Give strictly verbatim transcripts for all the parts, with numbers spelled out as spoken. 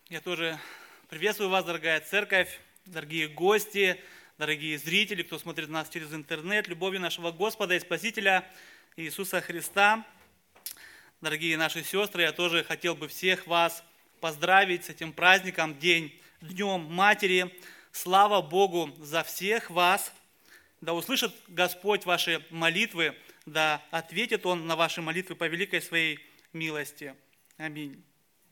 Я тоже приветствую вас, дорогая церковь, дорогие гости, дорогие зрители, кто смотрит нас через интернет. Любовью нашего Господа и Спасителя Иисуса Христа. Дорогие наши сестры, я тоже хотел бы всех вас поздравить с этим праздником, день, Днем Матери. Слава Богу за всех вас. Да услышит Господь ваши молитвы, да ответит Он на ваши молитвы по великой своей милости. Аминь.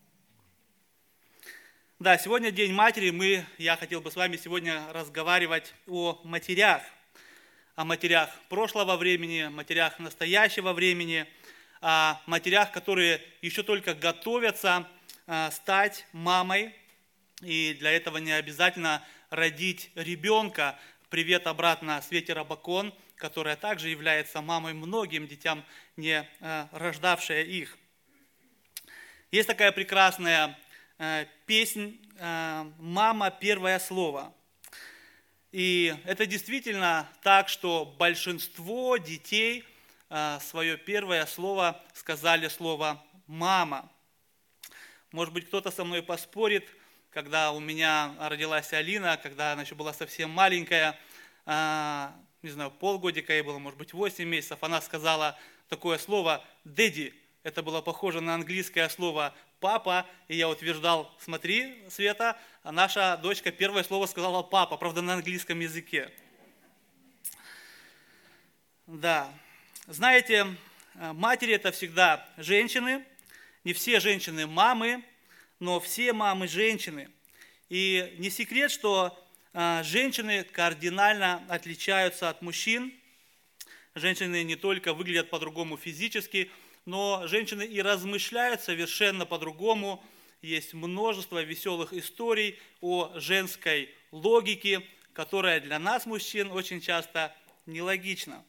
Да, сегодня День Матери. Мы, я хотел бы с вами сегодня разговаривать о матерях. О матерях прошлого времени, матерях настоящего времени, о матерях, которые еще только готовятся стать мамой. И для этого не обязательно родить ребенка. Привет обратно Свете Рабакон, которая также является мамой многим детям, не рождавшая их. Есть такая прекрасная песнь «Мама, первое слово». И это действительно так, что большинство детей свое первое слово сказали слово «мама». Может быть, кто-то со мной поспорит, когда у меня родилась Алина, когда она еще была совсем маленькая, не знаю, полгодика ей было, может быть, восемь месяцев, она сказала такое слово «дэдди». Это было похоже на английское слово «папа», и я утверждал, смотри, Света, наша дочка первое слово сказала «папа», правда, на английском языке. Да, знаете, матери – это всегда женщины, не все женщины мамы, но все мамы женщины. И не секрет, что женщины кардинально отличаются от мужчин. Женщины не только выглядят по-другому физически, но женщины и размышляют совершенно по-другому. Есть множество веселых историй о женской логике, которая для нас, мужчин, очень часто нелогична.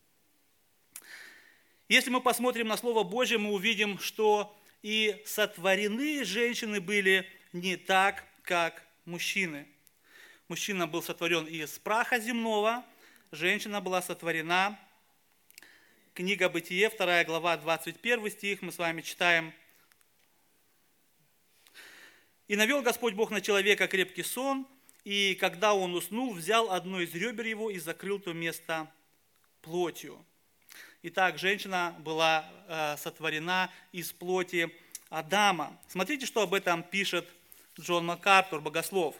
Если мы посмотрим на Слово Божье, мы увидим, что и сотворены женщины были не так, как мужчины. Мужчина был сотворен из праха земного, женщина была сотворена. Книга Бытие, вторая глава, двадцать первый стих, мы с вами читаем. «И навел Господь Бог на человека крепкий сон, и когда он уснул, взял одно из ребер его и закрыл то место плотью». Итак, женщина была э, сотворена из плоти Адама. Смотрите, что об этом пишет Джон МакАртур, богослов.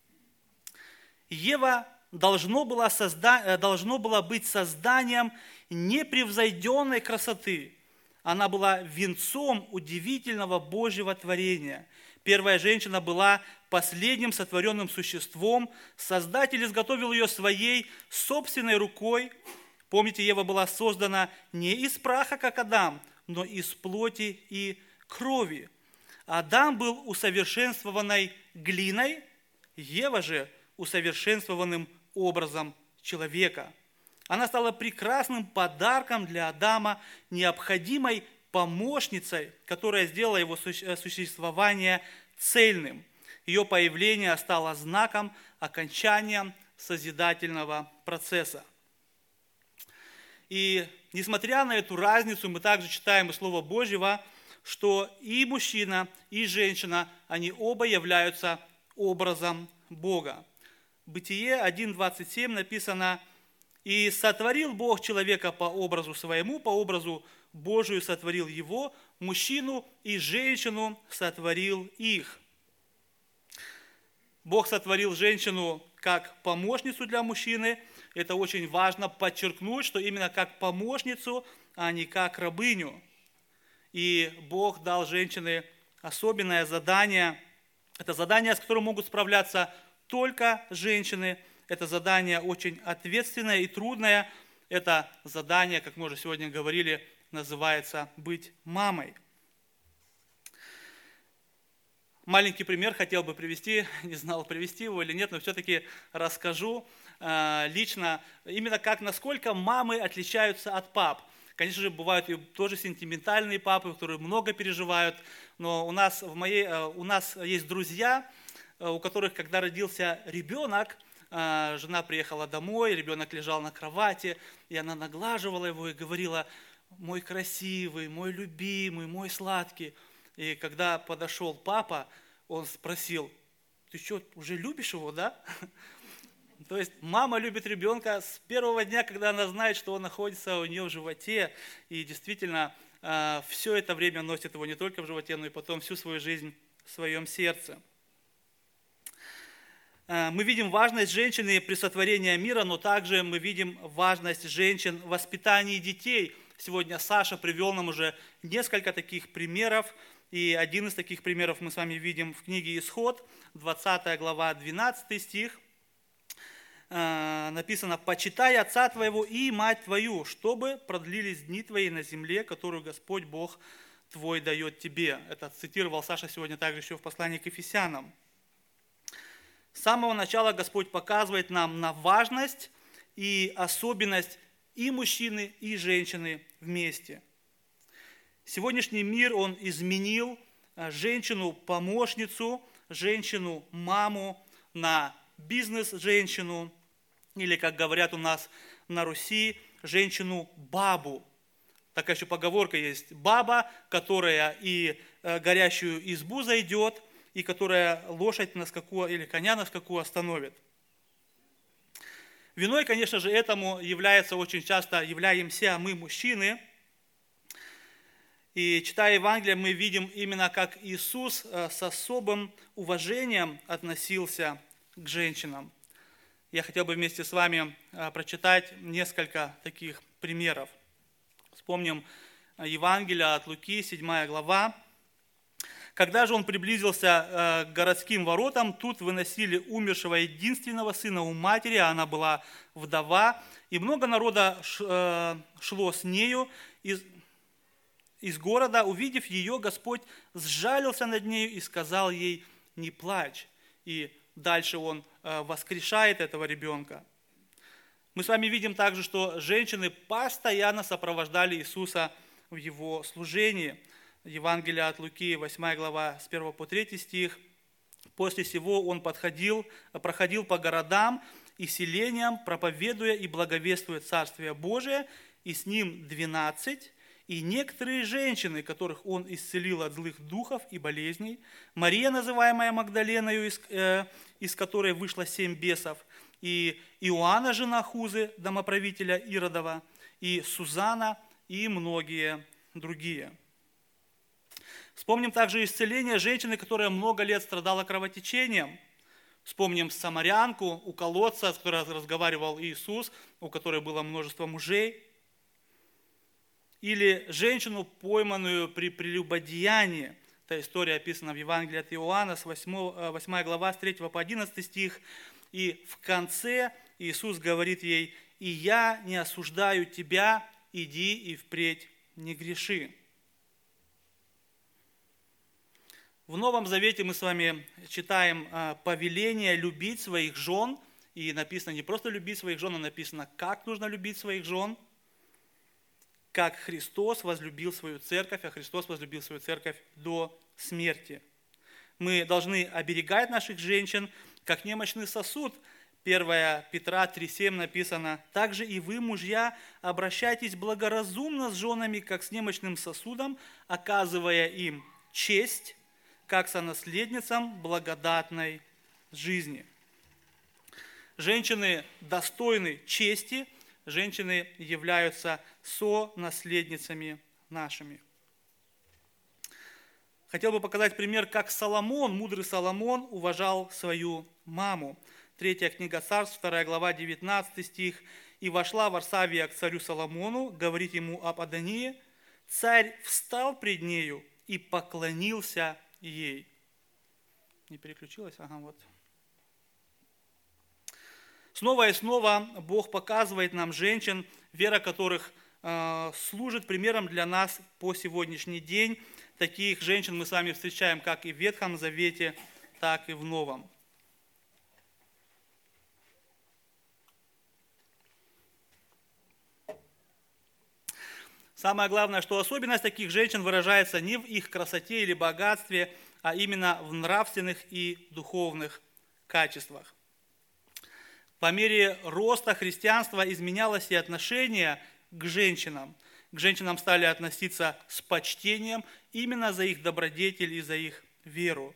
«Ева должно было, созда... должно было быть созданием непревзойденной красоты. Она была венцом удивительного Божьего творения. Первая женщина была последним сотворенным существом. Создатель изготовил ее своей собственной рукой. Помните, Ева была создана не из праха, как Адам, но из плоти и крови. Адам был усовершенствованной глиной, Ева же усовершенствованным образом человека. Она стала прекрасным подарком для Адама, необходимой помощницей, которая сделала его существование цельным. Ее появление стало знаком окончания созидательного процесса. И несмотря на эту разницу, мы также читаем из Слова Божьего, что и мужчина, и женщина, они оба являются образом Бога. Бытие один двадцать семь написано: «И сотворил Бог человека по образу своему, по образу Божию сотворил его, мужчину и женщину сотворил их». Бог сотворил женщину как помощницу для мужчины. Это очень важно подчеркнуть, что именно как помощницу, а не как рабыню. И Бог дал женщине особенное задание. Это задание, с которым могут справляться только женщины. Это задание очень ответственное и трудное. Это задание, как мы уже сегодня говорили, называется «быть мамой». Маленький пример хотел бы привести, не знал, привести его или нет, но все-таки расскажу лично, именно как, насколько мамы отличаются от пап. Конечно же, бывают и тоже сентиментальные папы, которые много переживают, но у нас, в моей, у нас есть друзья, у которых, когда родился ребенок, жена приехала домой, ребенок лежал на кровати, и она наглаживала его и говорила: «Мой красивый, мой любимый, мой сладкий». И когда подошел папа, он спросил: ты что, уже любишь его, да? То есть мама любит ребенка с первого дня, когда она знает, что он находится у нее в животе, и действительно все это время носит его не только в животе, но и потом всю свою жизнь в своем сердце. Мы видим важность женщины при сотворении мира, но также мы видим важность женщин в воспитании детей. Сегодня Саша привел нам уже несколько таких примеров, и один из таких примеров мы с вами видим в книге «Исход», двадцатая глава, двенадцатый стих. Написано: «Почитай отца твоего и мать твою, чтобы продлились дни твои на земле, которую Господь Бог твой дает тебе». Это цитировал Саша сегодня также еще в послании к Ефесянам. С самого начала Господь показывает нам на важность и особенность и мужчины, и женщины вместе. Сегодняшний мир, он изменил женщину-помощницу, женщину-маму на бизнес-женщину, или, как говорят у нас на Руси, женщину-бабу. Такая еще поговорка есть: баба, которая и горящую избу зайдет, и которая лошадь на скаку или коня на скаку остановит. Виной, конечно же, этому является очень часто, являемся мы, мужчины. И читая Евангелие, мы видим именно, как Иисус с особым уважением относился к женщинам. Я хотел бы вместе с вами прочитать несколько таких примеров. Вспомним Евангелие от Луки, седьмая глава. «Когда же он приблизился к городским воротам, тут выносили умершего единственного сына у матери, а она была вдова, и много народа шло с нею из, из города. Увидев ее, Господь сжалился над нею и сказал ей: не плачь». И дальше он воскрешает этого ребенка. Мы с вами видим также, что женщины постоянно сопровождали Иисуса в его служении. Евангелие от Луки, восьмая глава, с первого по третий стих. «После сего он подходил, проходил по городам и селениям, проповедуя и благовествуя Царствие Божие, и с ним двенадцать, и некоторые женщины, которых он исцелил от злых духов и болезней, Мария, называемая Магдалиною, из, э, из которой вышло семь бесов, и Иоанна, жена Хузы, домоправителя Иродова, и Сузана, и многие другие». Вспомним также исцеление женщины, которая много лет страдала кровотечением. Вспомним самарянку у колодца, с которой разговаривал Иисус, у которой было множество мужей. Или женщину, пойманную при прелюбодеянии. Эта история описана в Евангелии от Иоанна, восьмая глава, с третьего по одиннадцатый стих. И в конце Иисус говорит ей: «И я не осуждаю тебя, иди и впредь не греши». В Новом Завете мы с вами читаем повеление любить своих жен. И написано не просто любить своих жен, а написано, как нужно любить своих жен. Как Христос возлюбил свою церковь, а Христос возлюбил свою церковь до смерти. Мы должны оберегать наших женщин, как немощный сосуд. первое Петра три семь написано: «Также и вы, мужья, обращайтесь благоразумно с женами, как с немощным сосудом, оказывая им честь, как сонаследницам благодатной жизни». Женщины достойны чести, женщины являются сонаследницами нашими. Хотел бы показать пример, как Соломон, мудрый Соломон, уважал свою маму. Третья книга Царств, вторая глава, девятнадцатый стих. «И вошла Варсавия к царю Соломону, говорит ему об Адонии. Царь встал пред нею и поклонился ей». Не переключилась? Ага, вот. Снова и снова Бог показывает нам женщин, вера которых э, служит примером для нас по сегодняшний день. Таких женщин мы с вами встречаем как и в Ветхом Завете, так и в Новом. Самое главное, что особенность таких женщин выражается не в их красоте или богатстве, а именно в нравственных и духовных качествах. По мере роста христианства изменялось и отношение к женщинам. К женщинам стали относиться с почтением именно за их добродетель и за их веру.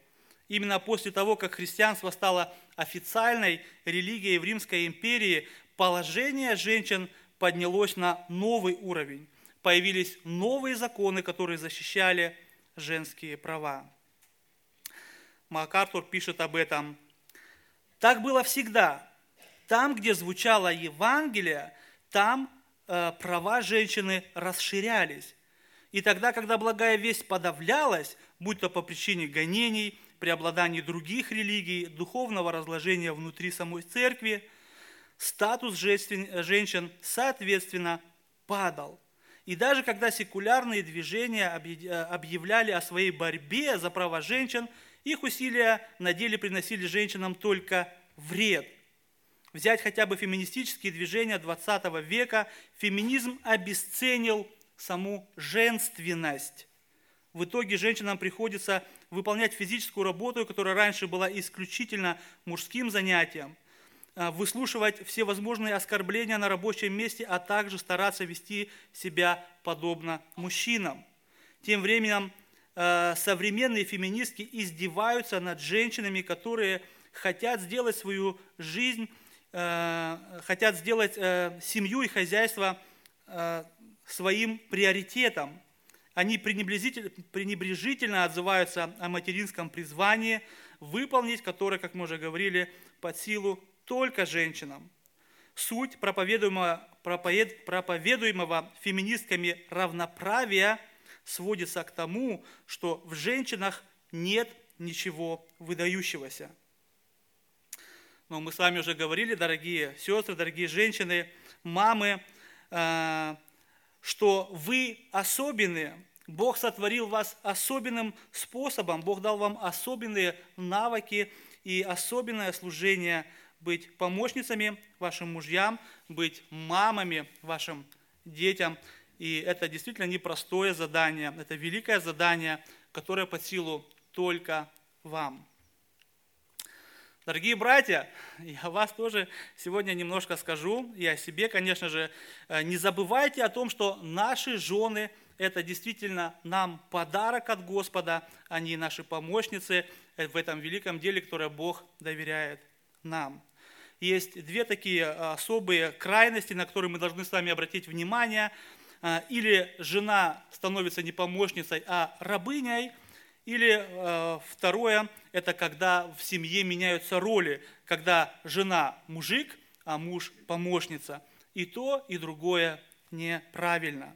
Именно после того, как христианство стало официальной религией в Римской империи, положение женщин поднялось на новый уровень. Появились новые законы, которые защищали женские права. МакАртур пишет об этом. Так было всегда. Там, где звучало Евангелие, там э, права женщины расширялись. И тогда, когда благая весть подавлялась, будь то по причине гонений, преобладания других религий, духовного разложения внутри самой церкви, статус женщин, соответственно, падал. И даже когда секулярные движения объявляли о своей борьбе за права женщин, их усилия на деле приносили женщинам только вред. Взять хотя бы феминистические движения двадцатого века, феминизм обесценил саму женственность. В итоге женщинам приходится выполнять физическую работу, которая раньше была исключительно мужским занятием, выслушивать всевозможные оскорбления на рабочем месте, а также стараться вести себя подобно мужчинам. Тем временем современные феминистки издеваются над женщинами, которые хотят сделать свою жизнь, хотят сделать семью и хозяйство своим приоритетом. Они пренебрежительно отзываются о материнском призвании, выполнить которое, как мы уже говорили, под силу только женщинам. Суть проповедуемого, проповедуемого феминистками равноправия сводится к тому, что в женщинах нет ничего выдающегося. Но мы с вами уже говорили, дорогие сестры, дорогие женщины, мамы, что вы особенные. Бог сотворил вас особенным способом, Бог дал вам особенные навыки и особенное служение быть помощницами вашим мужьям, быть мамами вашим детям. И это действительно непростое задание, это великое задание, которое под силу только вам. Дорогие братья, я вас тоже сегодня немножко скажу, и о себе, конечно же. Не забывайте о том, что наши жены – это действительно нам подарок от Господа, они наши помощницы в этом великом деле, которое Бог доверяет нам. Есть две такие особые крайности, на которые мы должны с вами обратить внимание. Или жена становится не помощницей, а рабыней. Или э, второе, это когда в семье меняются роли, когда жена мужик, а муж помощница. И то, и другое неправильно.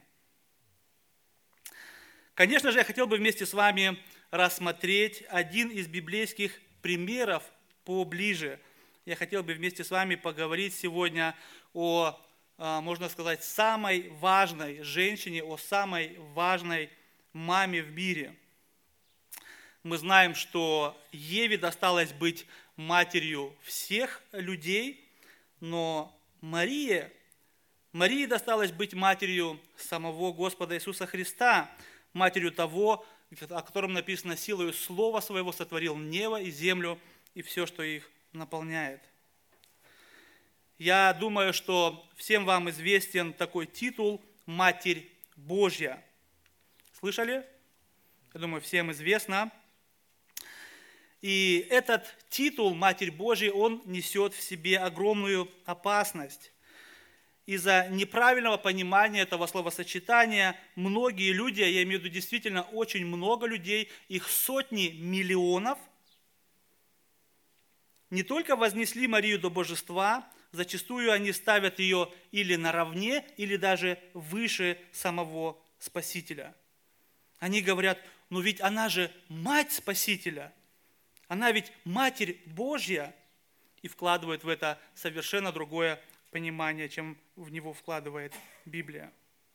Конечно же, я хотел бы вместе с вами рассмотреть один из библейских примеров поближе. Я хотел бы вместе с вами поговорить сегодня о, э, можно сказать, самой важной женщине, о самой важной маме в мире. Мы знаем, что Еве досталось быть матерью всех людей, но Марии, Марии досталось быть матерью самого Господа Иисуса Христа, матерью того, о котором написано: силою слова своего сотворил небо и землю и все, что их наполняет. Я думаю, что всем вам известен такой титул «Матерь Божья». Слышали? Я думаю, всем известно. И этот титул «Матерь Божья», он несет в себе огромную опасность. Из-за неправильного понимания этого словосочетания многие люди, я имею в виду действительно очень много людей, их сотни миллионов, не только вознесли Марию до божества, зачастую они ставят ее или наравне, или даже выше самого Спасителя. Они говорят: ну ведь она же мать Спасителя. Она ведь Матерь Божья, и вкладывает в это совершенно другое понимание, чем в него вкладывает Библия.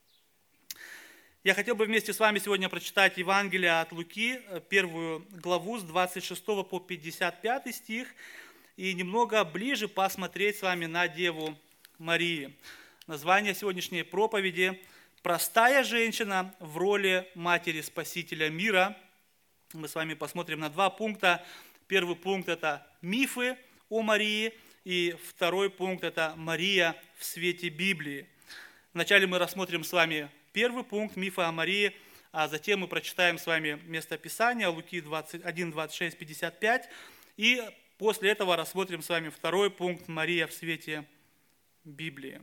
Я хотел бы вместе с вами сегодня прочитать Евангелие от Луки, первую главу с двадцать шестого по пятьдесят пятый стих, и немного ближе посмотреть с вами на Деву Марию. Название сегодняшней проповеди «Простая женщина в роли матери Спасителя мира». Мы с вами посмотрим на два пункта. Первый пункт – это мифы о Марии, и второй пункт – это Мария в свете Библии. Вначале мы рассмотрим с вами первый пункт, мифа о Марии. а затем мы прочитаем с вами местописание Луки двадцать один, двадцать шесть, пятьдесят пять, и после этого рассмотрим с вами второй пункт «Мария в свете Библии».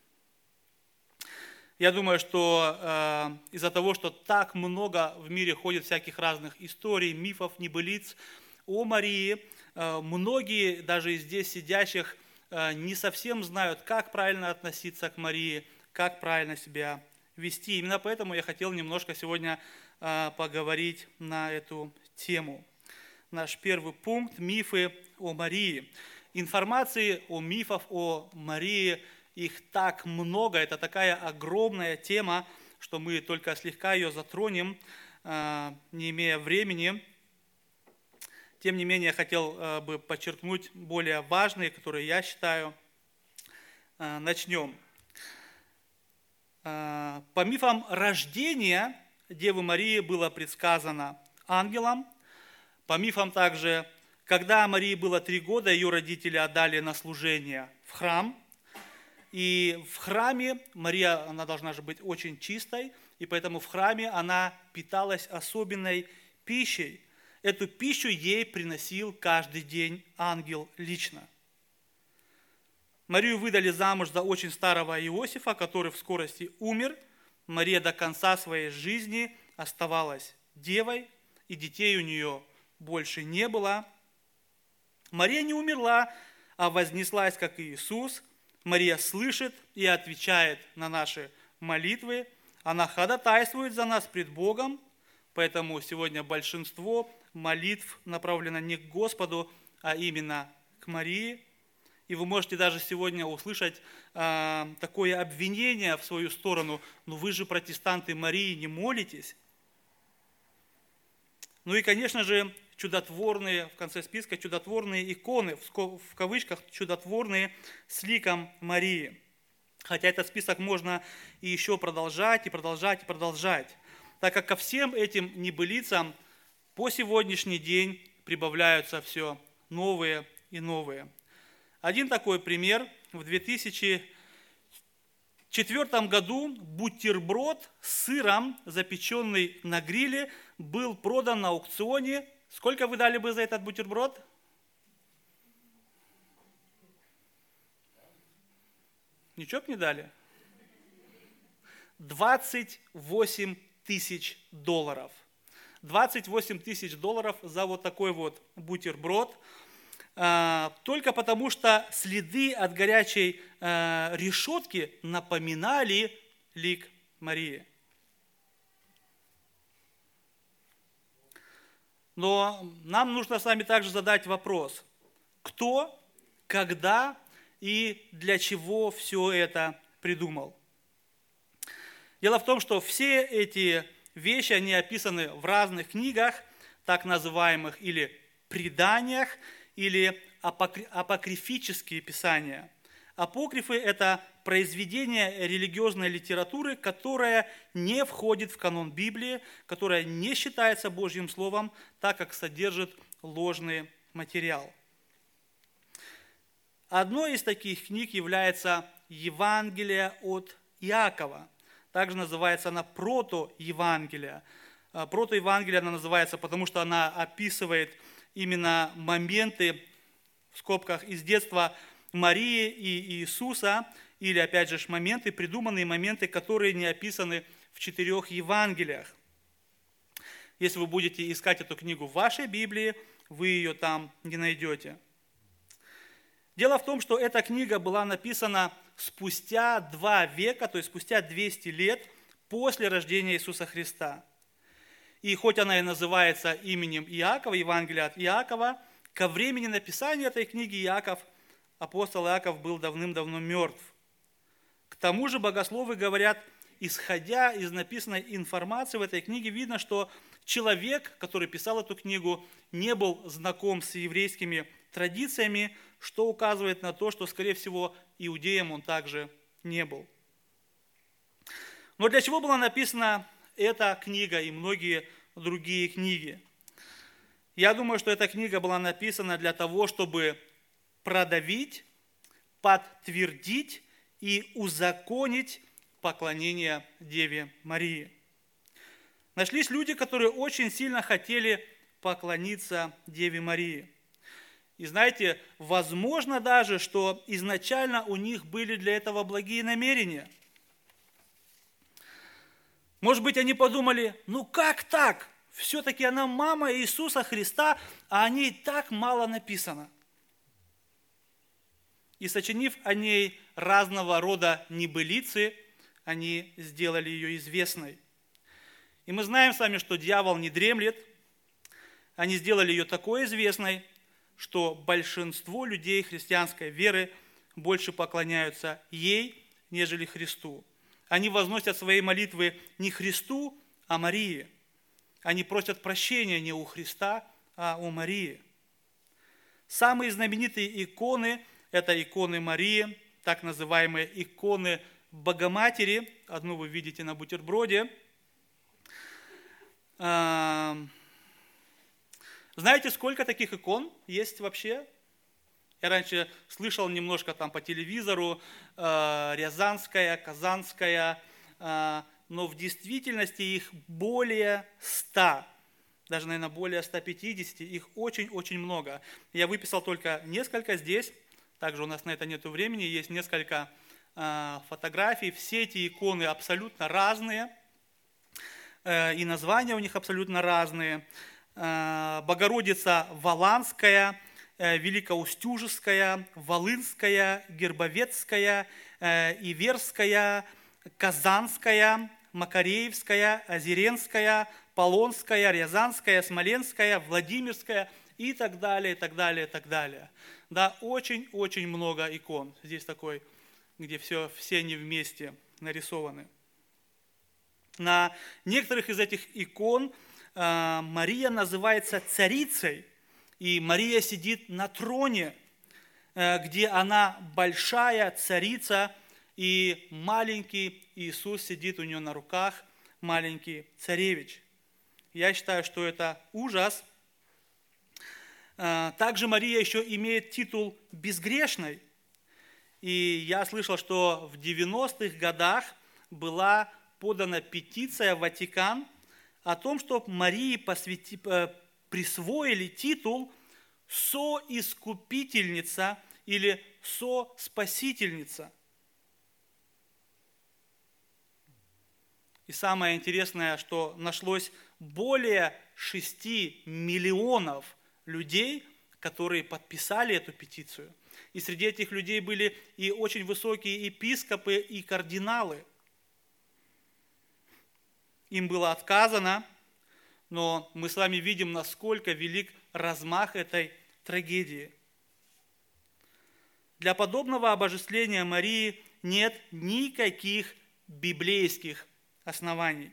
Я думаю, что э, из-за того, что так много в мире ходит всяких разных историй, мифов, небылиц о Марии, э, многие, даже из здесь сидящих, э, не совсем знают, как правильно относиться к Марии, как правильно себя вести. Именно поэтому я хотел немножко сегодня э, поговорить на эту тему. Наш первый пункт – мифы о Марии. Информации о мифах о Марии – их так много, это такая огромная тема, что мы только слегка ее затронем, не имея времени. Тем не менее, я хотел бы подчеркнуть более важные, которые я считаю. Начнем. По мифам рождения Девы Марии было предсказано ангелом. По мифам также, когда Марии было три года, ее родители отдали на служение в храм. И в храме Мария, она должна же быть очень чистой, и поэтому в храме она питалась особенной пищей. Эту пищу ей приносил каждый день ангел лично. Марию выдали замуж за очень старого Иосифа, который в скорости умер. Мария до конца своей жизни оставалась девой, и детей у нее больше не было. Мария не умерла, а вознеслась, как и Иисус. Мария слышит и отвечает на наши молитвы. Она ходатайствует за нас пред Богом, поэтому сегодня большинство молитв направлено не к Господу, а именно к Марии. И вы можете даже сегодня услышать э, такое обвинение в свою сторону: «Ну вы же, протестанты, Марии не молитесь». Ну и, конечно же, чудотворные, в конце списка, чудотворные иконы, в кавычках чудотворные, с ликом Марии. Хотя этот список можно и еще продолжать, и продолжать, и продолжать, так как ко всем этим небылицам по сегодняшний день прибавляются все новые и новые. Один такой пример. В две тысячи четвёртом году бутерброд с сыром, запеченный на гриле, был продан на аукционе. Сколько вы дали бы за этот бутерброд? Ничего бы не дали? двадцать восемь тысяч долларов. двадцать восемь тысяч долларов за вот такой вот бутерброд. Только потому, что следы от горячей решетки напоминали лик Марии. Но нам нужно с вами также задать вопрос: кто, когда и для чего все это придумал? Дело в том, что все эти вещи, они описаны в разных книгах, так называемых или преданиях, или апокрифические писания. Апокрифы – это произведение религиозной литературы, которая не входит в канон Библии, которая не считается Божьим Словом, так как содержит ложный материал. Одной из таких книг является Евангелие от Иакова. Также называется она протоевангелие. Протоевангелие она называется, потому что она описывает именно моменты, в скобках, из детства Марии и Иисуса, или, опять же, моменты, придуманные моменты, которые не описаны в четырех Евангелиях. Если вы будете искать эту книгу в вашей Библии, вы ее там не найдете. Дело в том, что эта книга была написана спустя два века, то есть спустя двести лет после рождения Иисуса Христа. И хоть она и называется именем Иакова, Евангелие от Иакова, ко времени написания этой книги Иаков, апостол Иаков, был давным-давно мертв. К тому же богословы говорят, исходя из написанной информации в этой книге, видно, что человек, который писал эту книгу, не был знаком с еврейскими традициями, что указывает на то, что, скорее всего, иудеем он также не был. Но для чего была написана эта книга и многие другие книги? Я думаю, что эта книга была написана для того, чтобы продавить, подтвердить и узаконить поклонение Деве Марии. Нашлись люди, которые очень сильно хотели поклониться Деве Марии. И знаете, возможно даже, что изначально у них были для этого благие намерения. Может быть, они подумали, ну как так? Все-таки она мама Иисуса Христа, а о ней так мало написано. И сочинив о ней разного рода небылицы, они сделали ее известной. И мы знаем с вами, что дьявол не дремлет. Они сделали ее такой известной, что большинство людей христианской веры больше поклоняются ей, нежели Христу. Они возносят свои молитвы не Христу, а Марии. Они просят прощения не у Христа, а у Марии. Самые знаменитые иконы – это иконы Марии, так называемые иконы Богоматери. Одну вы видите на бутерброде. Знаете, сколько таких икон есть вообще? Я раньше слышал немножко там по телевизору, Рязанская, Казанская, но в действительности их более ста, даже, наверное, более ста пятидесяти, их очень-очень много. Я выписал только несколько здесь, также у нас на это нет времени, есть несколько фотографий. Все эти иконы абсолютно разные, и названия у них абсолютно разные. Богородица Воланская, Великоустюжеская, Волынская, Гербовецкая, Иверская, Казанская, Макареевская, Озеренская, Полонская, Рязанская, Смоленская, Владимирская и так далее, и так далее, и так далее. Да, очень-очень много икон. Здесь такой, где все, все они вместе нарисованы. На некоторых из этих икон э, Мария называется царицей, и Мария сидит на троне, э, где она большая царица, и маленький Иисус сидит у нее на руках, маленький царевич. Я считаю, что это ужас. Э, также Мария еще имеет титул безгрешной. И я слышал, что в девяностых годах была подана петиция в Ватикан о том, чтобы Марии посвяти, присвоили титул соискупительница или соспасительница. И самое интересное, что нашлось более шести миллионов людей, которые подписали эту петицию. И среди этих людей были и очень высокие епископы и кардиналы. Им было отказано, но мы с вами видим, насколько велик размах этой трагедии. Для подобного обожествления Марии нет никаких библейских оснований.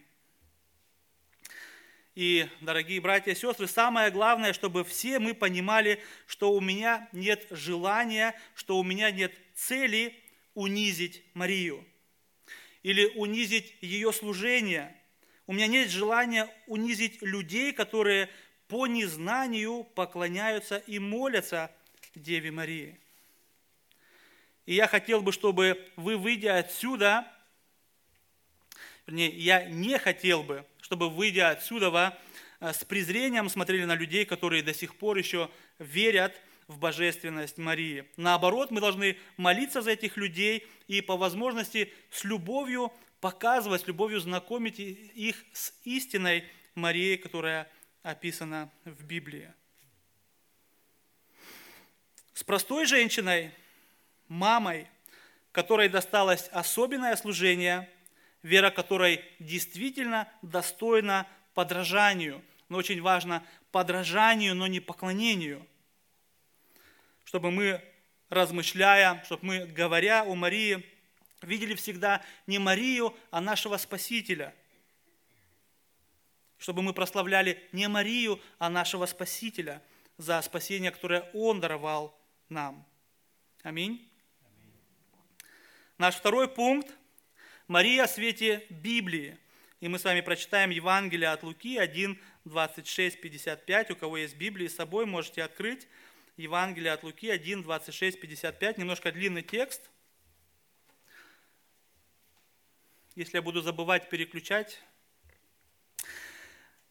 И, дорогие братья и сестры, самое главное, чтобы все мы понимали, что у меня нет желания, что у меня нет цели унизить Марию или унизить ее служение. У меня нет желания унизить людей, которые по незнанию поклоняются и молятся Деве Марии. И я хотел бы, чтобы вы, выйдя отсюда, вернее, я не хотел бы, чтобы, выйдя отсюда, с презрением смотрели на людей, которые до сих пор еще верят в божественность Марии. Наоборот, мы должны молиться за этих людей и по возможности с любовью показывать, с любовью знакомить их с истиной Марии, которая описана в Библии. С простой женщиной, мамой, которой досталось особенное служение, вера которой действительно достойна подражанию. Но очень важно подражанию, но не поклонению. Чтобы мы, размышляя, чтобы мы, говоря о Марии, видели всегда не Марию, а нашего Спасителя. Чтобы мы прославляли не Марию, а нашего Спасителя за спасение, которое Он даровал нам. Аминь. Аминь. Наш второй пункт – Мария в свете Библии. И мы с вами прочитаем Евангелие от Луки один, двадцать шесть, пятьдесят пять. У кого есть Библия с собой, можете открыть. Евангелие от Луки один, двадцать шесть, пятьдесят пять. Немножко длинный текст. Если я буду забывать переключать.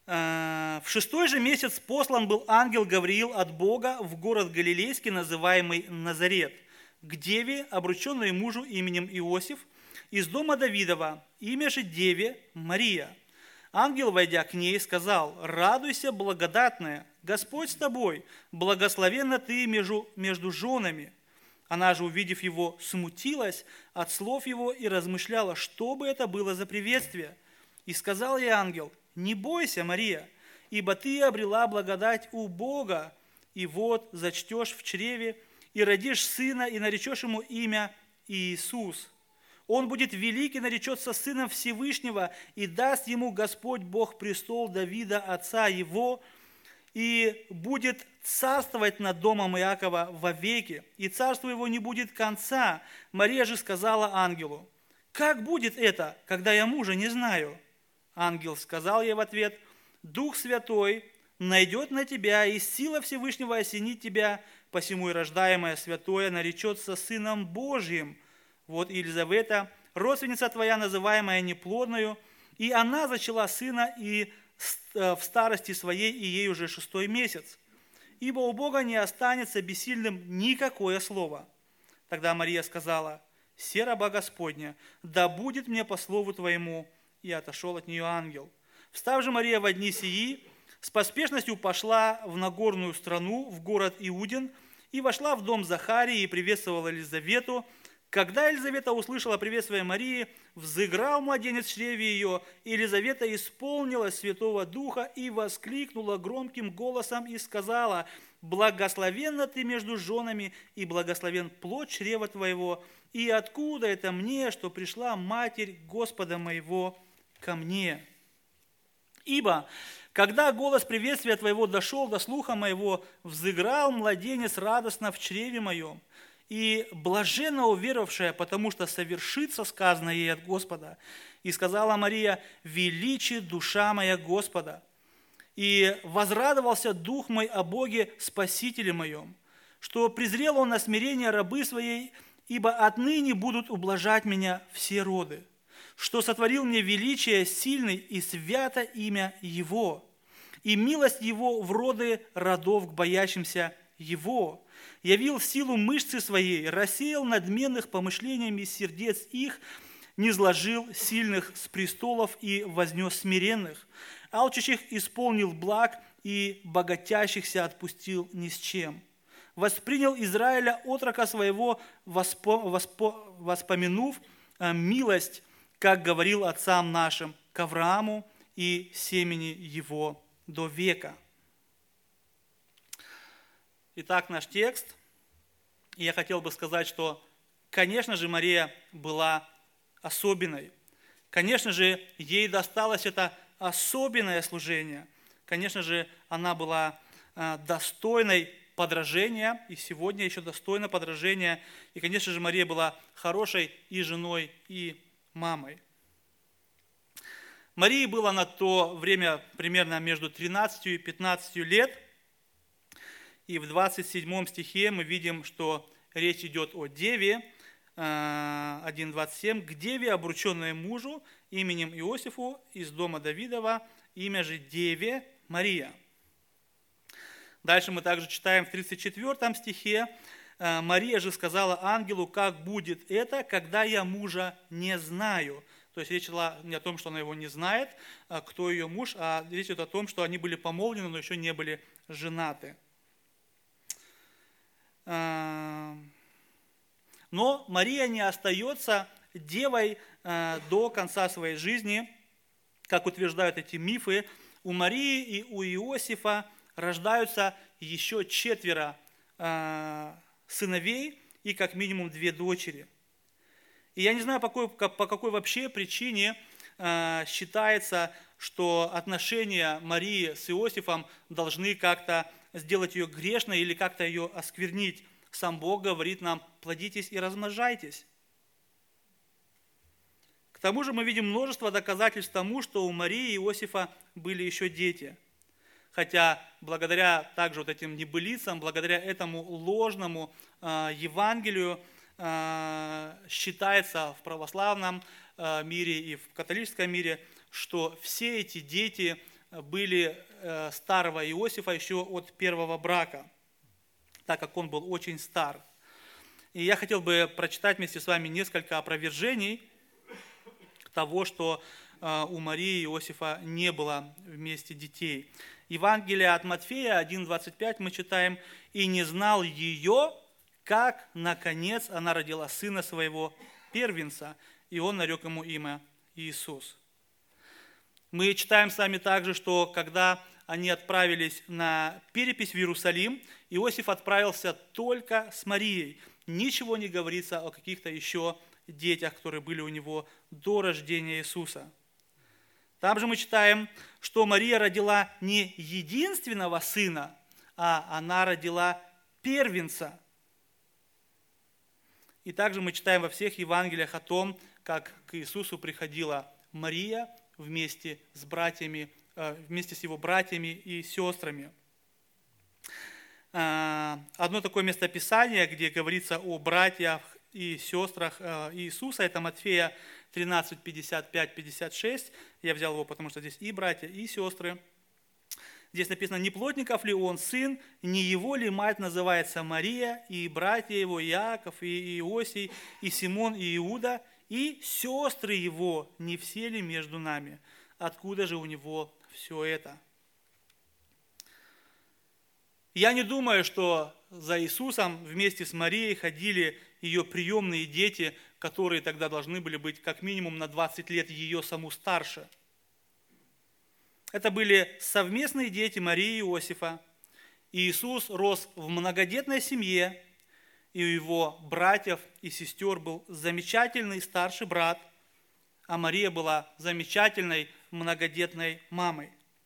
В шестой же месяц послан был ангел Гавриил от Бога в город Галилейский, называемый Назарет, к деве, обрученной мужу именем Иосиф, из дома Давидова, имя же деве Мария. Ангел, войдя к ней, сказал: «Радуйся, благодатная, Господь с тобой, благословенна ты между, между женами». Она же, увидев его, смутилась от слов его и размышляла, что бы это было за приветствие. И сказал ей ангел: «Не бойся, Мария, ибо ты обрела благодать у Бога, и вот зачтешь в чреве, и родишь сына, и наречешь ему имя Иисус. Он будет велик и наречется сыном Всевышнего, и даст ему Господь Бог престол Давида, отца его, и будет царствовать над домом Иакова вовеки, и царству его не будет конца». Мария же сказала ангелу: «Как будет это, когда я мужа не знаю?» Ангел сказал ей в ответ: «Дух Святой найдет на тебя, и сила Всевышнего осенит тебя, посему и рождаемое святое наречется Сыном Божьим. Вот Елизавета, родственница твоя, называемая неплодною, и она зачала сына и в старости своей, и ей уже шестой месяц. Ибо у Бога не останется бессильным никакое слово». Тогда Мария сказала: «Се раба Господня, да будет мне по слову твоему». И отошел от нее ангел. Встав же Мария во дни сии, с поспешностью пошла в Нагорную страну, в город Иудин, и вошла в дом Захарии и приветствовала Елизавету. Когда Елизавета услышала приветствие Марии, взыграл младенец в чреве ее, и Елизавета исполнилась Святого Духа и воскликнула громким голосом и сказала: «Благословенна ты между женами, и благословен плод чрева твоего, и откуда это мне, что пришла Матерь Господа моего ко мне? Ибо, когда голос приветствия твоего дошел до слуха моего, взыграл младенец радостно в чреве моем, и блаженно уверовавшая, потому что совершится сказанное ей от Господа. И сказала Мария: величи душа моя Господа, и возрадовался дух мой о Боге Спасителе моем, что презрел он на смирение рабы своей, ибо отныне будут ублажать меня все роды, что сотворил мне величие сильный и свято имя Его, и милость Его в роды родов к боящимся Его, явил силу мышцы своей, рассеял надменных помышлениями сердец их, низложил сильных с престолов и вознес смиренных, алчущих исполнил благ и богатящихся отпустил ни с чем. Воспринял Израиля отрока своего, воспо, воспо, воспомянув милость, как говорил отцам нашим, к Аврааму и семени его до века». Итак, наш текст. И я хотел бы сказать, что, конечно же, Мария была особенной. Конечно же, ей досталось это особенное служение. Конечно же, она была достойной подражения, и сегодня еще достойна подражения. И, конечно же, Мария была хорошей и женой, и мамой. Марии было на то время примерно между тринадцатью и пятнадцатью лет. И в двадцать седьмом стихе мы видим, что речь идет о деве, один двадцать семь, к деве, обрученной мужу именем Иосифу из дома Давидова, имя же деве Мария. Дальше мы также читаем в тридцать четвёртом стихе: «Мария же сказала ангелу: как будет это, когда я мужа не знаю». То есть речь шла не о том, что она его не знает, кто ее муж, а речь идет о том, что они были помолвлены, но еще не были женаты. Но Мария не остается девой до конца своей жизни, как утверждают эти мифы. У Марии и у Иосифа рождаются еще четверо сыновей и как минимум две дочери. И я не знаю, по какой, по какой вообще причине считается, что отношения Марии с Иосифом должны как-то сделать ее грешной или как-то ее осквернить. Сам Бог говорит нам: плодитесь и размножайтесь. К тому же мы видим множество доказательств тому, что у Марии и Иосифа были еще дети. Хотя благодаря также вот этим небылицам, благодаря этому ложному э, Евангелию э, считается в православном э, мире и в католическом мире, что все эти дети были старого Иосифа еще от первого брака, так как он был очень стар. И я хотел бы прочитать вместе с вами несколько опровержений того, что у Марии и Иосифа не было вместе детей. Евангелие от Матфея один двадцать пять мы читаем: «И не знал ее, как, наконец, она родила сына своего первенца, и он нарек ему имя Иисус». Мы читаем с вами также, что когда они отправились на перепись в Иерусалим, Иосиф отправился только с Марией. Ничего не говорится о каких-то еще детях, которые были у него до рождения Иисуса. Там же мы читаем, что Мария родила не единственного сына, а она родила первенца. И также мы читаем во всех Евангелиях о том, как к Иисусу приходила Мария вместе с братьями, вместе с его братьями и сестрами. Одно такое местописание, где говорится о братьях и сестрах Иисуса, это Матфея тринадцать, пятьдесят пять, пятьдесят шесть. Я взял его, потому что здесь и братья, и сестры. Здесь написано: «Не плотников ли он сын, не его ли мать называется Мария, и братья его Иаков, и Иосий, и Симон, и Иуда, и сестры его, не все ли между нами? Откуда же у него все это?» Я не думаю, что за Иисусом вместе с Марией ходили ее приемные дети, которые тогда должны были быть как минимум на двадцать лет ее саму старше. Это были совместные дети Марии и Иосифа. И Иисус рос в многодетной семье, и у его братьев и сестер был замечательный старший брат, а Мария была замечательной многодетной мамой.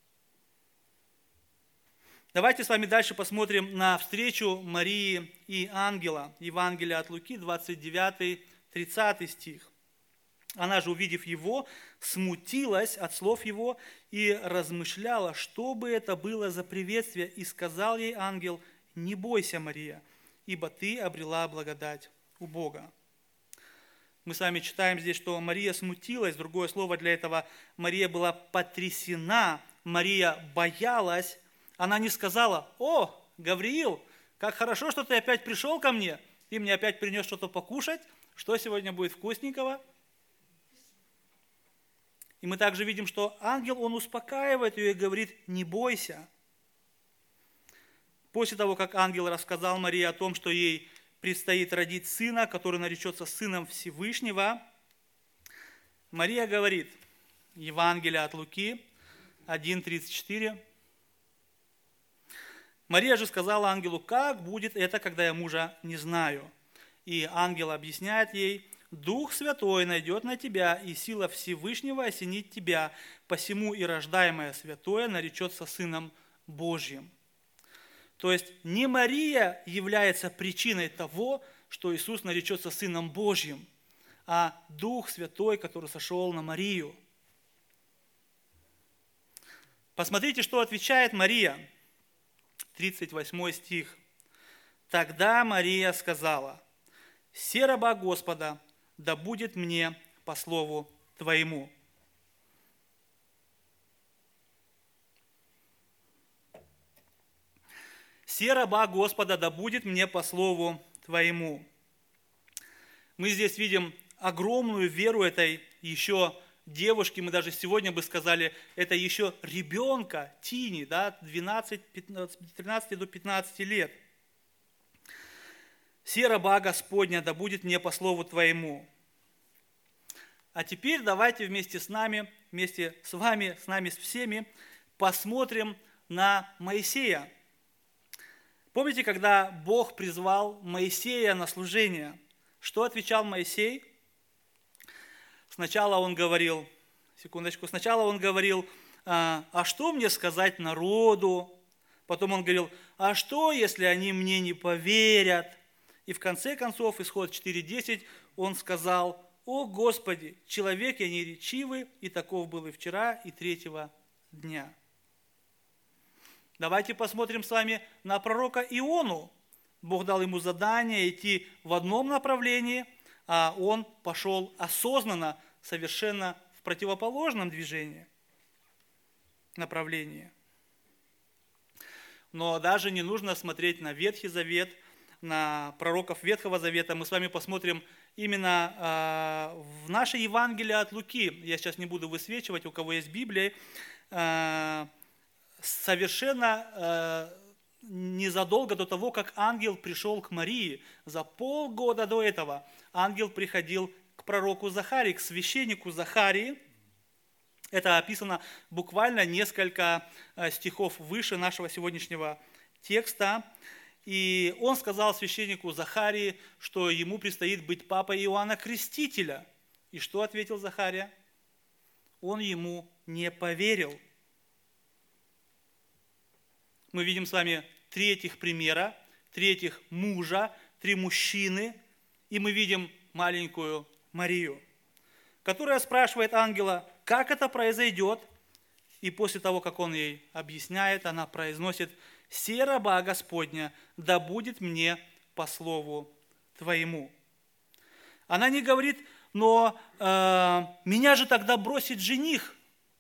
Давайте с вами дальше посмотрим на встречу Марии и ангела. Евангелие от Луки, двадцать девятый, тридцатый стих. «Она же, увидев его, смутилась от слов его и размышляла, что бы это было за приветствие, и сказал ей ангел: не бойся, Мария, ибо ты обрела благодать у Бога». Мы с вами читаем здесь, что Мария смутилась. Другое слово для этого: Мария была потрясена, Мария боялась. Она не сказала: «О, Гавриил, как хорошо, что ты опять пришел ко мне, ты мне опять принес что-то покушать, что сегодня будет вкусненького». И мы также видим, что ангел, он успокаивает ее и говорит: не бойся. После того, как ангел рассказал Марии о том, что ей предстоит родить сына, который наречется Сыном Всевышнего, Мария говорит, Евангелие от Луки один тридцать четыре: «Мария же сказала ангелу: как будет это, когда я мужа не знаю? И ангел объясняет ей: Дух Святой найдет на тебя, и сила Всевышнего осенит тебя, посему и рождаемое святое наречется Сыном Божьим». То есть не Мария является причиной того, что Иисус наречется Сыном Божьим, а Дух Святой, который сошел на Марию. Посмотрите, что отвечает Мария. тридцать восьмой стих. «Тогда Мария сказала: се раба Господа, да будет мне по слову Твоему». «Се раба Господа, да будет мне по слову Твоему». Мы здесь видим огромную веру этой еще девушки, мы даже сегодня бы сказали, это еще ребенка, тини, да, двенадцать, пятнадцать, тринадцать до пятнадцати лет. «Се раба Господня, да будет мне по слову Твоему». А теперь давайте вместе с нами, вместе с вами, с нами, с всеми, посмотрим на Моисея. Помните, когда Бог призвал Моисея на служение, что отвечал Моисей? Сначала он говорил, секундочку, сначала он говорил: а что мне сказать народу? Потом он говорил: а что, если они мне не поверят? И в конце концов, исход четыре десять, он сказал: о Господи, человек я неречивый, и таков был и вчера, и третьего дня. Давайте посмотрим с вами на пророка Иону. Бог дал ему задание идти в одном направлении, а он пошел осознанно, совершенно в противоположном движении. направлении. Но даже не нужно смотреть на Ветхий Завет, на пророков Ветхого Завета. Мы с вами посмотрим именно э, в наше Евангелие от Луки. Я сейчас не буду высвечивать, у кого есть Библия. Э, совершенно э, незадолго до того, как ангел пришел к Марии, за полгода до этого, ангел приходил к пророку Захарии, к священнику Захарии. Это описано буквально несколько стихов выше нашего сегодняшнего текста. И он сказал священнику Захарии, что ему предстоит быть папой Иоанна Крестителя. И что ответил Захария? Он ему не поверил. Мы видим с вами три этих примера, три этих мужа, три мужчины, и мы видим маленькую Марию, которая спрашивает ангела, как это произойдет, и после того, как он ей объясняет, она произносит: «Се раба Господня, да будет мне по слову твоему». Она не говорит: но э, меня же тогда бросит жених,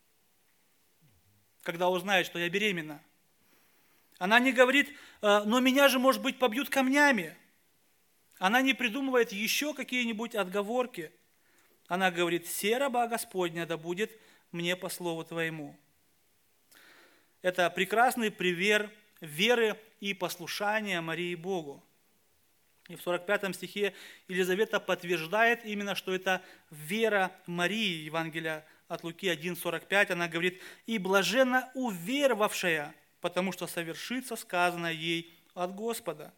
когда узнает, что я беременна. Она не говорит: э, но меня же, может быть, побьют камнями. Она не придумывает еще какие-нибудь отговорки. Она говорит: «Се раба Господня, да будет мне по слову твоему». Это прекрасный пример веры и послушания Марии Богу. И в сорок пятом стихе Елизавета подтверждает именно, что это вера Марии. Евангелие от Луки один сорок пять, она говорит: «И блаженна уверовавшая, потому что совершится сказанное ей от Господа».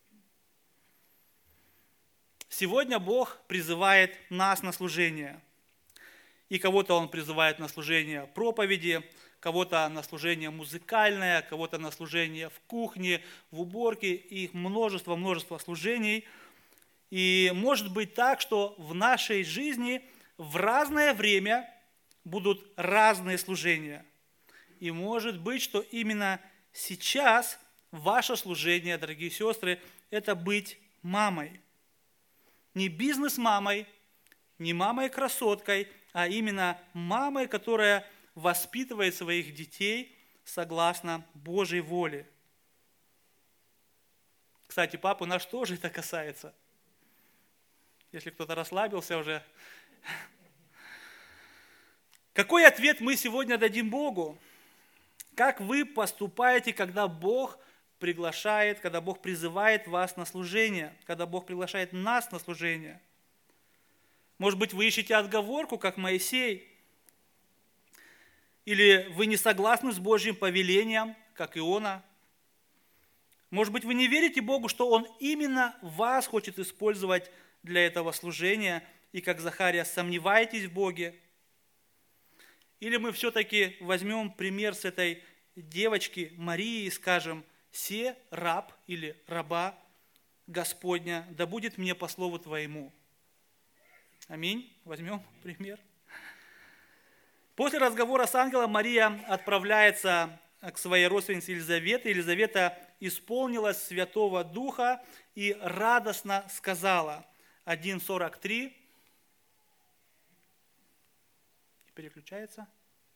Сегодня Бог призывает нас на служение. И кого-то Он призывает на служение проповеди, кого-то на служение музыкальное, кого-то на служение в кухне, в уборке, и множество-множество служений. И может быть так, что в нашей жизни в разное время будут разные служения. И может быть, что именно сейчас ваше служение, дорогие сестры, это быть мамой. Не бизнес-мамой, не мамой-красоткой, а именно мамой, которая воспитывает своих детей согласно Божьей воле. Кстати, папу наш тоже это касается. Если кто-то расслабился уже. Какой ответ мы сегодня дадим Богу? Как вы поступаете, когда Бог приглашает, когда Бог призывает вас на служение, когда Бог приглашает нас на служение? Может быть, вы ищете отговорку, как Моисей? Или вы не согласны с Божьим повелением, как Иона? Может быть, вы не верите Богу, что Он именно вас хочет использовать для этого служения, и как Захария сомневаетесь в Боге? Или мы все-таки возьмем пример с этой девочки Марии и скажем: «Се раб» или «раба Господня, да будет мне по слову твоему». Аминь. Возьмем пример. После разговора с ангелом Мария отправляется к своей родственнице Елизавете. Елизавета исполнилась Святого Духа и радостно сказала. один сорок три. Переключается.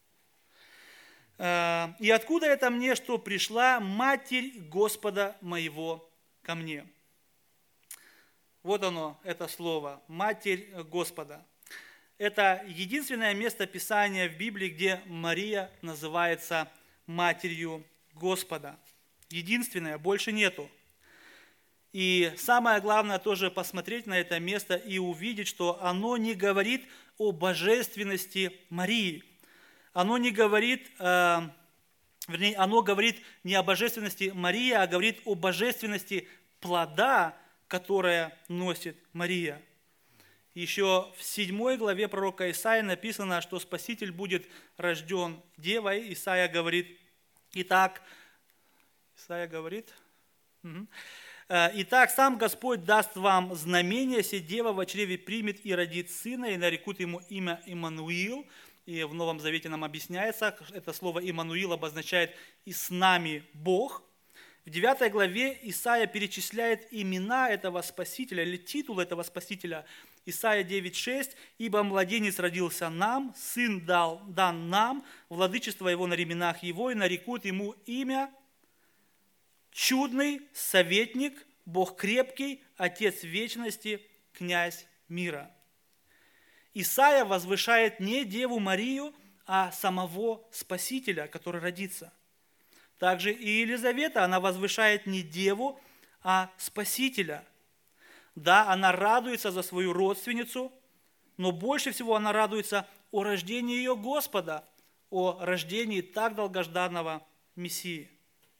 «И откуда это мне, что пришла Матерь Господа моего ко мне?» Вот оно, это слово, Матерь Господа. Это единственное место Писания в Библии, где Мария называется Матерью Господа. Единственное, больше нету. И самое главное тоже посмотреть на это место и увидеть, что оно не говорит о божественности Марии. Оно не говорит, э, вернее, оно говорит не о божественности Марии, а говорит о божественности плода, которое носит Мария. Еще в седьмой главе пророка Исаии написано, что Спаситель будет рожден девой. Исаия говорит, итак, Исаия говорит, угу. «Итак, сам Господь даст вам знамение, се дева в чреве примет и родит сына, и нарекут ему имя Иммануил». И в Новом Завете нам объясняется, это слово Иммануил обозначает «и с нами Бог». В девятой главе Исаия перечисляет имена этого Спасителя, или титул этого Спасителя. Исайя девять шесть. «Ибо младенец родился нам, сын дал, дан нам, владычество его на ременах его, и нарекут ему имя чудный, советник, Бог крепкий, Отец вечности, князь мира». Исайя возвышает не Деву Марию, а самого Спасителя, который родится. Также и Елизавета, она возвышает не Деву, а Спасителя. Да, она радуется за свою родственницу, но больше всего она радуется о рождении ее Господа, о рождении так долгожданного Мессии.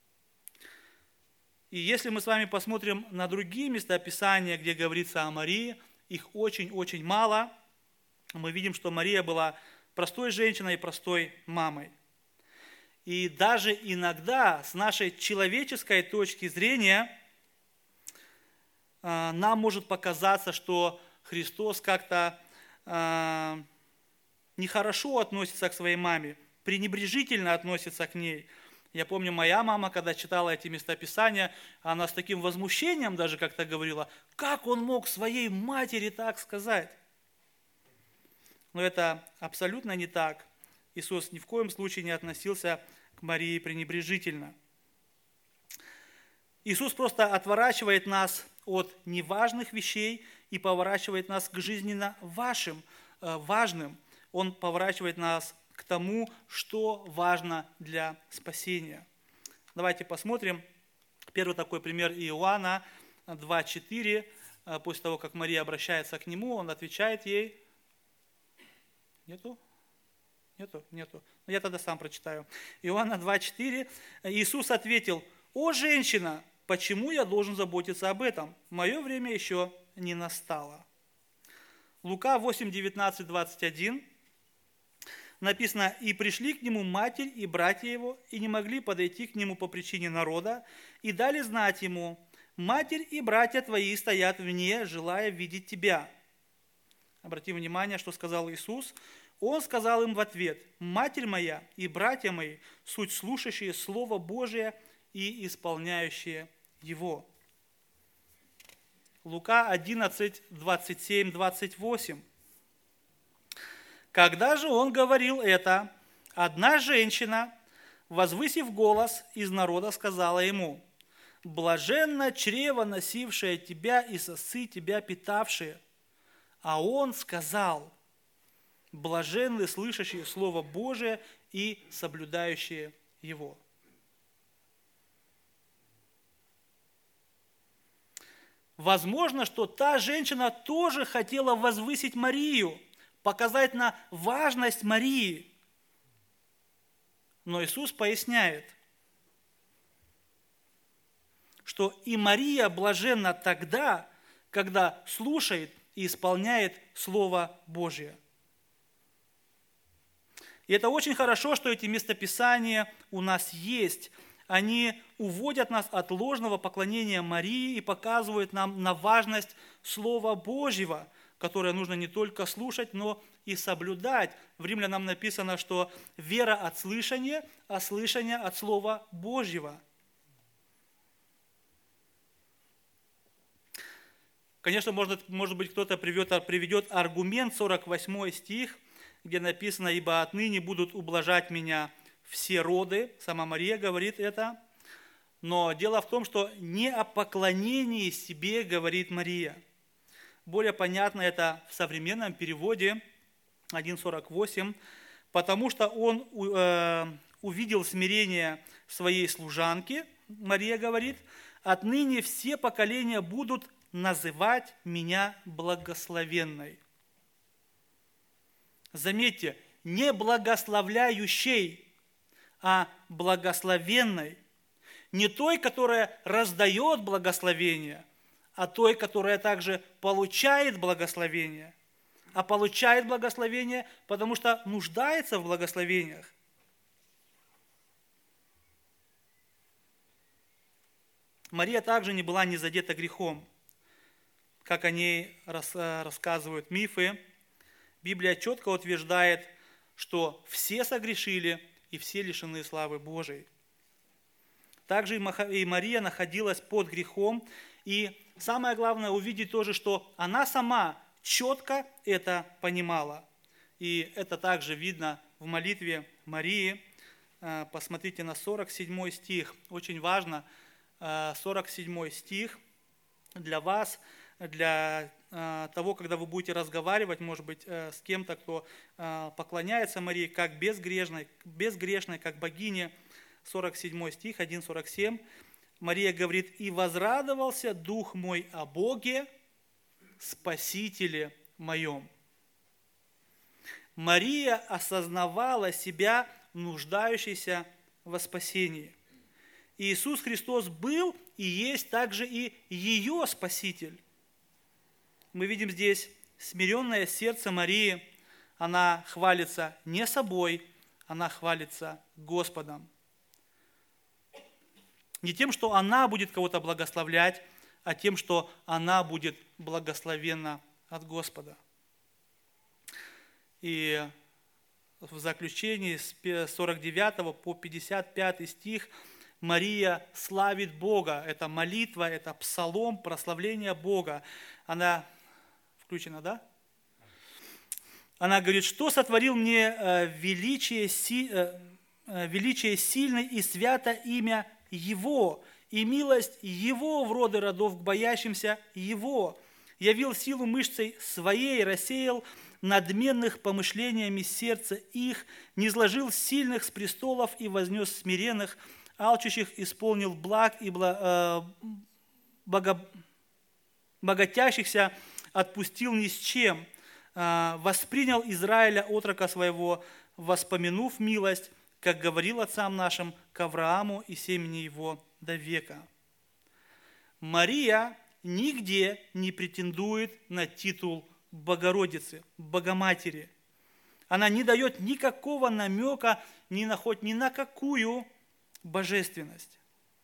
И если мы с вами посмотрим на другие места Писания, где говорится о Марии, их очень-очень мало, мы видим, что Мария была простой женщиной и простой мамой. И даже иногда с нашей человеческой точки зрения нам может показаться, что Христос как-то нехорошо относится к своей маме, пренебрежительно относится к ней. Я помню, моя мама, когда читала эти местописания, она с таким возмущением даже как-то говорила: как он мог своей матери так сказать? Но это абсолютно не так. Иисус ни в коем случае не относился к Марии пренебрежительно. Иисус просто отворачивает нас от неважных вещей и поворачивает нас к жизненно вашим, важным. Он поворачивает нас к тому, что важно для спасения. Давайте посмотрим. Первый такой пример Иоанна два четыре. После того, как Мария обращается к нему, он отвечает ей. Нету? Нету? Нету. Я тогда сам прочитаю. Иоанна два четыре. Иисус ответил: «О, женщина, почему я должен заботиться об этом? Мое время еще не настало». Лука восемь девятнадцать двадцать один. Написано: «И пришли к нему матерь и братья его, и не могли подойти к нему по причине народа, и дали знать ему: матерь и братья твои стоят вне, желая видеть тебя». Обратим внимание, что сказал Иисус. Он сказал им в ответ: «Матерь моя и братья мои суть слушающие Слово Божие и исполняющие его». Лука одиннадцать двадцать семь двадцать восемь. Когда же он говорил это, одна женщина, возвысив голос, из народа сказала ему: «Блаженно чрево, носившее тебя, и сосцы тебя питавшие». А он сказал: «Блаженны слышащие Слово Божие и соблюдающие его». Возможно, что та женщина тоже хотела возвысить Марию, показать на важность Марии. Но Иисус поясняет, что и Мария блаженна тогда, когда слушает и исполняет Слово Божие. И это очень хорошо, что эти местописания у нас есть. Они уводят нас от ложного поклонения Марии и показывают нам на важность Слова Божьего, которое нужно не только слушать, но и соблюдать. В Римлянам написано, что вера от слышания, а слышание от Слова Божьего. Конечно, может, может быть, кто-то приведет, приведет аргумент, сорок восьмой стих, где написано: «Ибо отныне будут ублажать меня все роды». Сама Мария говорит это. Но дело в том, что не о поклонении себе говорит Мария. Более понятно это в современном переводе один сорок восемь. «Потому что он э, увидел смирение своей служанки», Мария говорит, «отныне все поколения будут называть меня благословенной». Заметьте, не благословляющей, а благословенной. Не той, которая раздает благословение, а той, которая также получает благословение. А получает благословение, потому что нуждается в благословениях. Мария также не была не задета грехом. Как о ней рассказывают мифы, Библия четко утверждает, что все согрешили и все лишены славы Божией. Также и Мария находилась под грехом. И самое главное увидеть тоже, что она сама четко это понимала. И это также видно в молитве Марии. Посмотрите на сорок седьмой стих. Очень важно, сорок седьмой стих для вас, для того, когда вы будете разговаривать, может быть, с кем-то, кто поклоняется Марии, как безгрешной, безгрешной, как богине. сорок седьмой стих, один сорок семь. Мария говорит: «И возрадовался дух мой о Боге, Спасителе моем». Мария осознавала себя нуждающейся во спасении. Иисус Христос был и есть также и ее Спаситель. Мы видим здесь смиренное сердце Марии. Она хвалится не собой, она хвалится Господом. Не тем, что она будет кого-то благословлять, а тем, что она будет благословенна от Господа. И в заключении с сорок девятого по пятьдесят пятый стих Мария славит Бога. Это молитва, это псалом, прославление Бога. Она включена, да? Она говорит: «Что сотворил мне величие, величие сильное и свято имя Его, и милость Его в роды родов к боящимся Его. Явил силу мышцей своей, рассеял надменных помышлениями сердца их, низложил сильных с престолов и вознес смиренных, алчущих исполнил благ и бого, богатящихся отпустил ни с чем, воспринял Израиля отрока своего, воспомянув милость, как говорил отцам нашим, к Аврааму и семени его до века». Мария нигде не претендует на титул Богородицы, Богоматери. Она не дает никакого намека ни на хоть ни на какую божественность.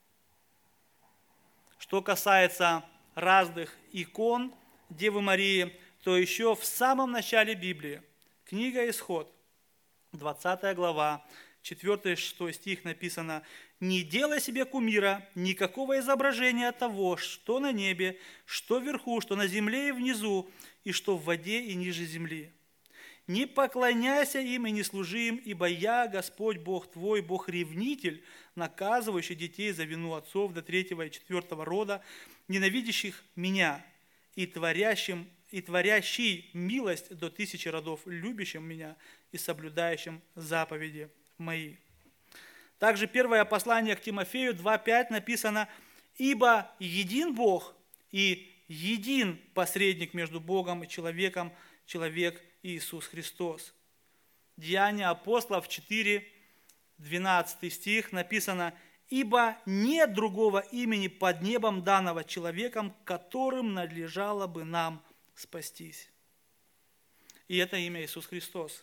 Что касается разных икон Девы Марии, то еще в самом начале Библии, книга Исход, двадцатая глава, четвёртый-шестой стих написано: «Не делай себе кумира, никакого изображения того, что на небе, что вверху, что на земле и внизу, и что в воде и ниже земли. Не поклоняйся им и не служи им, ибо я, Господь Бог твой, Бог-ревнитель, наказывающий детей за вину отцов до третьего и четвертого рода, ненавидящих меня, и творящим, и творящий милость до тысячи родов, любящим меня и соблюдающим заповеди мои». Также первое послание к Тимофею два пять написано: «Ибо един Бог и един посредник между Богом и человеком, человек Иисус Христос». Деяния апостолов четыре, двенадцатый стих написано: «Ибо нет другого имени под небом данного человеком, которым надлежало бы нам спастись». И это имя Иисус Христос.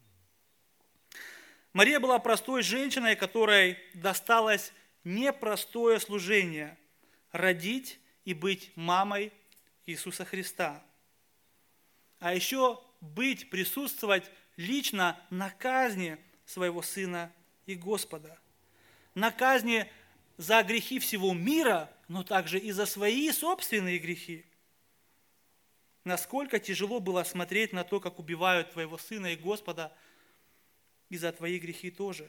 Мария была простой женщиной, которой досталось непростое служение – родить и быть мамой Иисуса Христа. А еще быть, присутствовать лично на казни своего Сына и Господа. На казни за грехи всего мира, но также и за свои собственные грехи. Насколько тяжело было смотреть на то, как убивают твоего Сына и Господа, и за твои грехи тоже.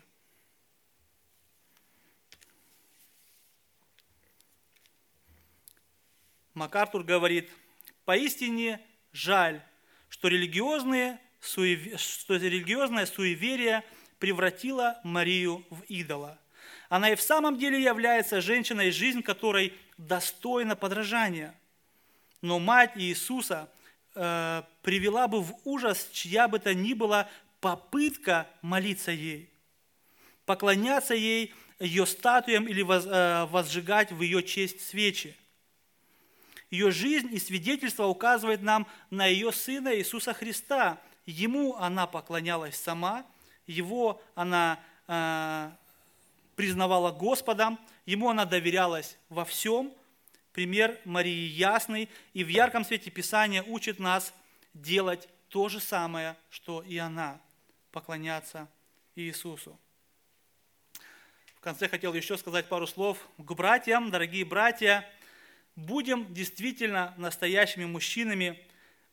МакАртур говорит: «Поистине жаль, что, религиозные суев... что религиозное суеверие превратило Марию в идола. Она и в самом деле является женщиной, жизнь которой достойна подражания. Но мать Иисуса э, привела бы в ужас чья бы то ни была попытка молиться ей, поклоняться ей, ее статуям или возжигать в ее честь свечи. Ее жизнь и свидетельство указывает нам на ее Сына Иисуса Христа. Ему она поклонялась сама, Его она э, признавала Господом, Ему она доверялась во всем. Пример Марии ясный, и в ярком свете Писания учит нас делать то же самое, что и она. Поклоняться Иисусу. В конце хотел еще сказать пару слов к братьям. Дорогие братья, будем действительно настоящими мужчинами,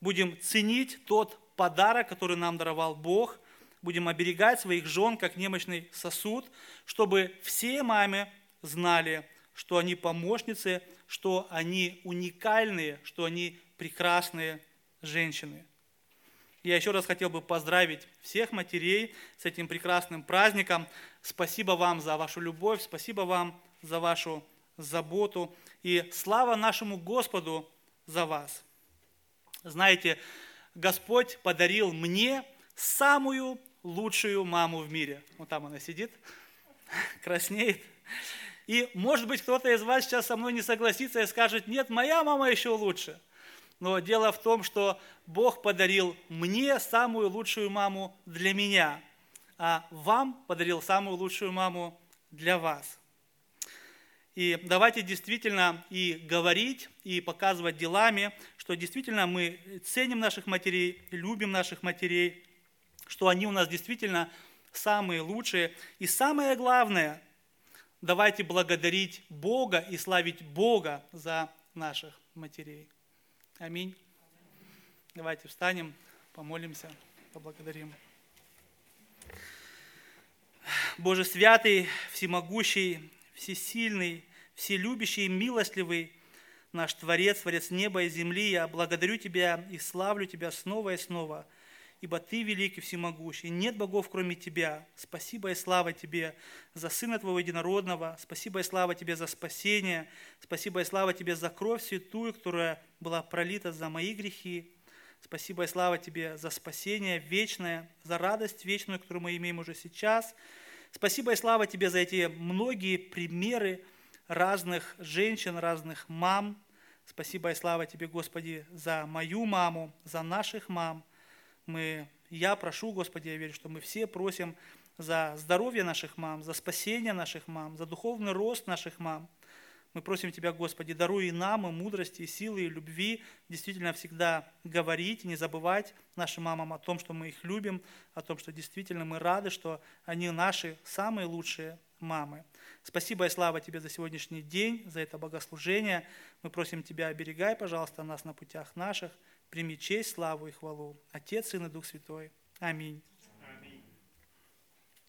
будем ценить тот подарок, который нам даровал Бог, будем оберегать своих жен, как немощный сосуд, чтобы все мамы знали, что они помощницы, что они уникальные, что они прекрасные женщины. Я еще раз хотел бы поздравить всех матерей с этим прекрасным праздником. Спасибо вам за вашу любовь, спасибо вам за вашу заботу. И слава нашему Господу за вас. Знаете, Господь подарил мне самую лучшую маму в мире. Вот там она сидит, краснеет. И, может быть, кто-то из вас сейчас со мной не согласится и скажет: нет, моя мама еще лучше. Но дело в том, что Бог подарил мне самую лучшую маму для меня, а вам подарил самую лучшую маму для вас. И давайте действительно и говорить, и показывать делами, что действительно мы ценим наших матерей, любим наших матерей, что они у нас действительно самые лучшие. И самое главное, давайте благодарить Бога и славить Бога за наших матерей. Аминь. Давайте встанем, помолимся, поблагодарим. Боже святый, всемогущий, всесильный, вселюбящий, милостливый, наш Творец, Творец неба и земли, я благодарю Тебя и славлю Тебя снова и снова, ибо Ты великий, всемогущий, нет богов, кроме Тебя. Спасибо и слава Тебе за Сына Твоего Единородного, спасибо и слава Тебе за спасение, спасибо и слава Тебе за кровь святую, которая была пролита за мои грехи. Спасибо и слава Тебе за спасение вечное, за радость вечную, которую мы имеем уже сейчас. Спасибо и слава Тебе за эти многие примеры разных женщин, разных мам. Спасибо и слава Тебе, Господи, за мою маму, за наших мам. Мы, я прошу, Господи, я верю, что мы все просим за здоровье наших мам, за спасение наших мам, за духовный рост наших мам. Мы просим Тебя, Господи, даруй и нам, и мудрости, и силы, и любви, действительно всегда говорить, не забывать нашим мамам о том, что мы их любим, о том, что действительно мы рады, что они наши самые лучшие мамы. Спасибо и слава Тебе за сегодняшний день, за это богослужение. Мы просим Тебя, оберегай, пожалуйста, нас на путях наших. Прими честь, славу и хвалу. Отец, Сын и Дух Святой. Аминь.